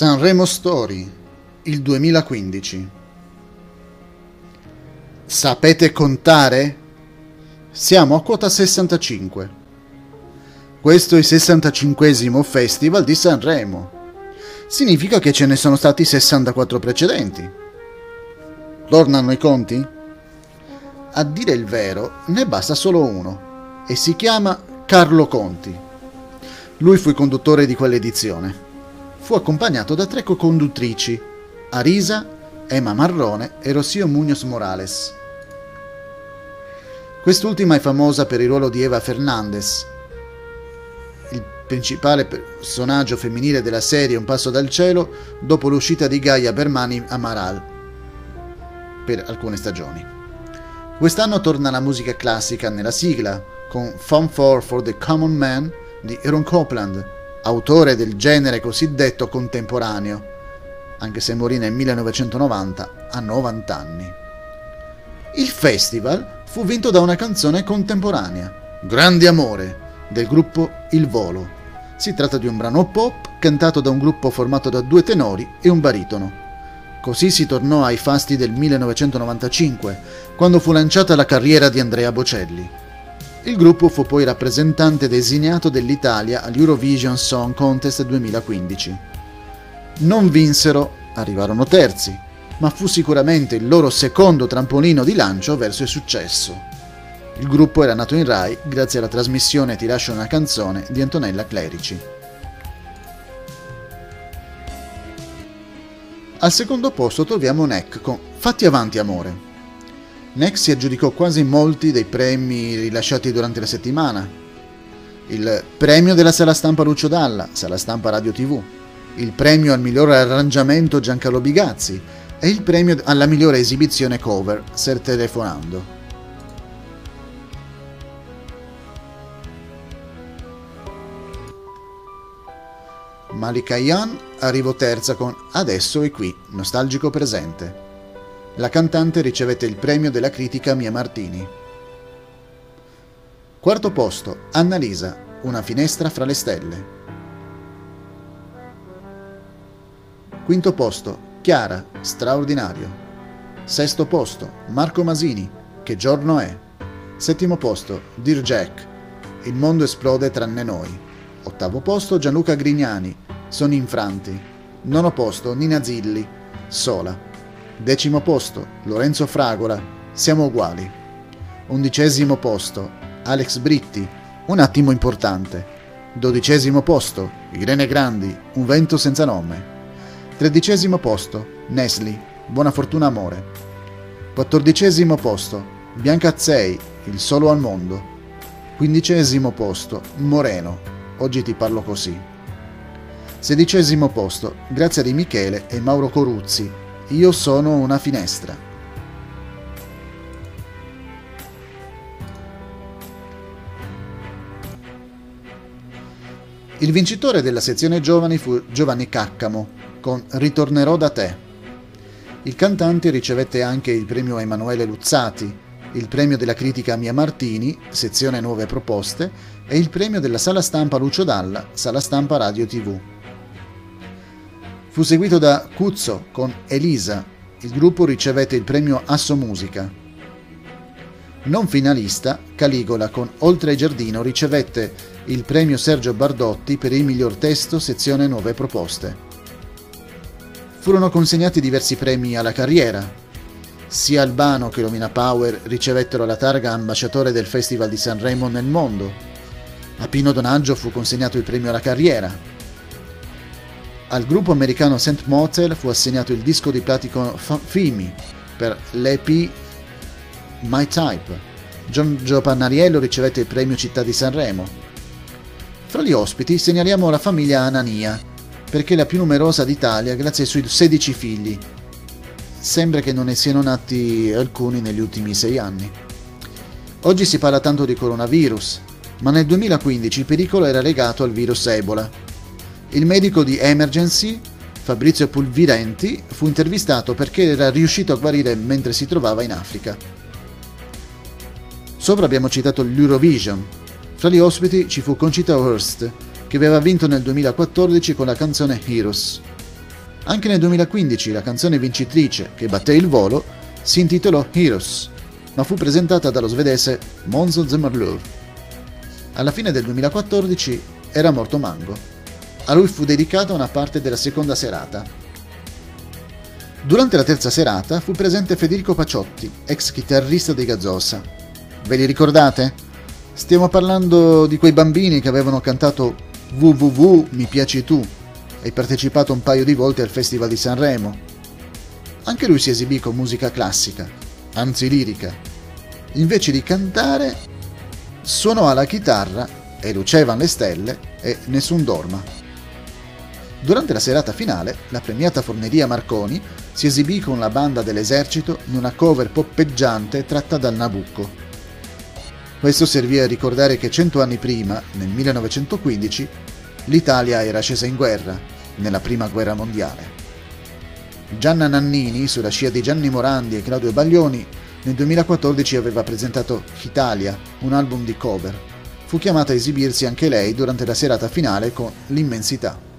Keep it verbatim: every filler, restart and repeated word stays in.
Sanremo Story, il duemilaquindici. Sapete contare? Siamo a quota sessantacinque. Questo è il sessantacinquesimo Festival di Sanremo. Significa che ce ne sono stati sessantaquattro precedenti. Tornano i conti? A dire il vero, ne basta solo uno, e si chiama Carlo Conti. Lui fu il conduttore di quell'edizione. Fu accompagnato da tre co-conduttrici, Arisa, Emma Marrone e Rocío Muñoz Morales. Quest'ultima è famosa per il ruolo di Eva Fernández, il principale personaggio femminile della serie Un passo dal cielo dopo l'uscita di Gaia Bermani Amaral per alcune stagioni. Quest'anno torna la musica classica nella sigla con Fanfare for the Common Man di Aaron Copland, autore del genere cosiddetto contemporaneo, anche se morì nel millenovecentonovanta a novanta anni. Il festival fu vinto da una canzone contemporanea, Grande Amore, del gruppo Il Volo. Si tratta di un brano pop cantato da un gruppo formato da due tenori e un baritono. Così si tornò ai fasti del millenovecentonovantacinque, quando fu lanciata la carriera di Andrea Bocelli. Il gruppo fu poi rappresentante designato dell'Italia all'Eurovision Song Contest duemilaquindici. Non vinsero, arrivarono terzi, ma fu sicuramente il loro secondo trampolino di lancio verso il successo. Il gruppo era nato in Rai grazie alla trasmissione Ti lascio una canzone di Antonella Clerici. Al secondo posto troviamo Nek con Fatti avanti amore. Nek si aggiudicò quasi molti dei premi rilasciati durante la settimana. Il premio della Sala Stampa Lucio Dalla, Sala Stampa Radio tivù, il premio al miglior arrangiamento Giancarlo Bigazzi e il premio alla migliore esibizione cover Ser Telefonando. Malika Ayane arrivò terza con Adesso è qui, nostalgico presente. La cantante ricevette il premio della critica Mia Martini. Quarto posto, Annalisa, Una finestra fra le stelle. Quinto posto, Chiara, Straordinario. Sesto posto, Marco Masini, Che giorno è. Settimo posto, Dear Jack, Il mondo esplode tranne noi. Ottavo posto, Gianluca Grignani, Sono infranti. Nono posto, Nina Zilli, Sola. Decimo posto, Lorenzo Fragola, Siamo uguali. Undicesimo posto, Alex Britti, Un attimo importante. Dodicesimo posto, Irene Grandi, Un vento senza nome. Tredicesimo posto, Nesli, Buona fortuna amore. Quattordicesimo posto, Bianca Azzei, Il solo al mondo. Quindicesimo posto, Moreno, Oggi ti parlo così. Sedicesimo posto, Grazia Di Michele e Mauro Coruzzi, Io sono una finestra. Il vincitore della sezione giovani fu Giovanni Caccamo con Ritornerò da te. Il cantante ricevette anche il premio Emanuele Luzzati, il premio della critica Mia Martini, sezione nuove proposte, e il premio della Sala Stampa Lucio Dalla, Sala Stampa Radio tivù. Fu seguito da Cuzzo con Elisa. Il gruppo ricevette il premio Asso Musica. Non finalista, Caligola con Oltre il giardino ricevette il premio Sergio Bardotti per il miglior testo sezione nuove proposte. Furono consegnati diversi premi alla carriera. Sia Albano che Romina Power ricevettero la targa ambasciatore del Festival di Sanremo nel mondo. A Pino Donaggio fu consegnato il premio alla carriera. Al gruppo americano Saint Motel fu assegnato il disco di platino Fimi per l'E P My Type. Giorgio Pannariello ricevette il premio Città di Sanremo. Fra gli ospiti segnaliamo la famiglia Anania, perché è la più numerosa d'Italia grazie ai suoi sedici figli. Sembra che non ne siano nati alcuni negli ultimi sei anni. Oggi si parla tanto di coronavirus, ma nel duemilaquindici il pericolo era legato al virus Ebola. Il medico di Emergency, Fabrizio Pulvirenti, fu intervistato perché era riuscito a guarire mentre si trovava in Africa. Sopra abbiamo citato l'Eurovision. Fra gli ospiti ci fu Conchita Wurst, che aveva vinto nel duemilaquattordici con la canzone Heroes. Anche nel duemilaquindici la canzone vincitrice, che batté il volo, si intitolò Heroes, ma fu presentata dallo svedese Måns Zelmerlöw. Alla fine del duemilaquattordici era morto Mango. A lui fu dedicata una parte della seconda serata. Durante la terza serata fu presente Federico Paciotti, ex chitarrista dei Gazzosa. Ve li ricordate? Stiamo parlando di quei bambini che avevano cantato W W W Mi piaci tu e partecipato un paio di volte al Festival di Sanremo. Anche lui si esibì con musica classica, anzi lirica. Invece di cantare, suonò alla chitarra e Lucevan le stelle e Nessun dorma. Durante la serata finale, la premiata Forneria Marconi si esibì con la banda dell'esercito in una cover poppeggiante tratta dal Nabucco. Questo servì a ricordare che cento anni prima, nel millenovecentoquindici, l'Italia era scesa in guerra, nella prima guerra mondiale. Gianna Nannini, sulla scia di Gianni Morandi e Claudio Baglioni, nel duemilaquattordici aveva presentato Italia, un album di cover. Fu chiamata a esibirsi anche lei durante la serata finale con L'Immensità.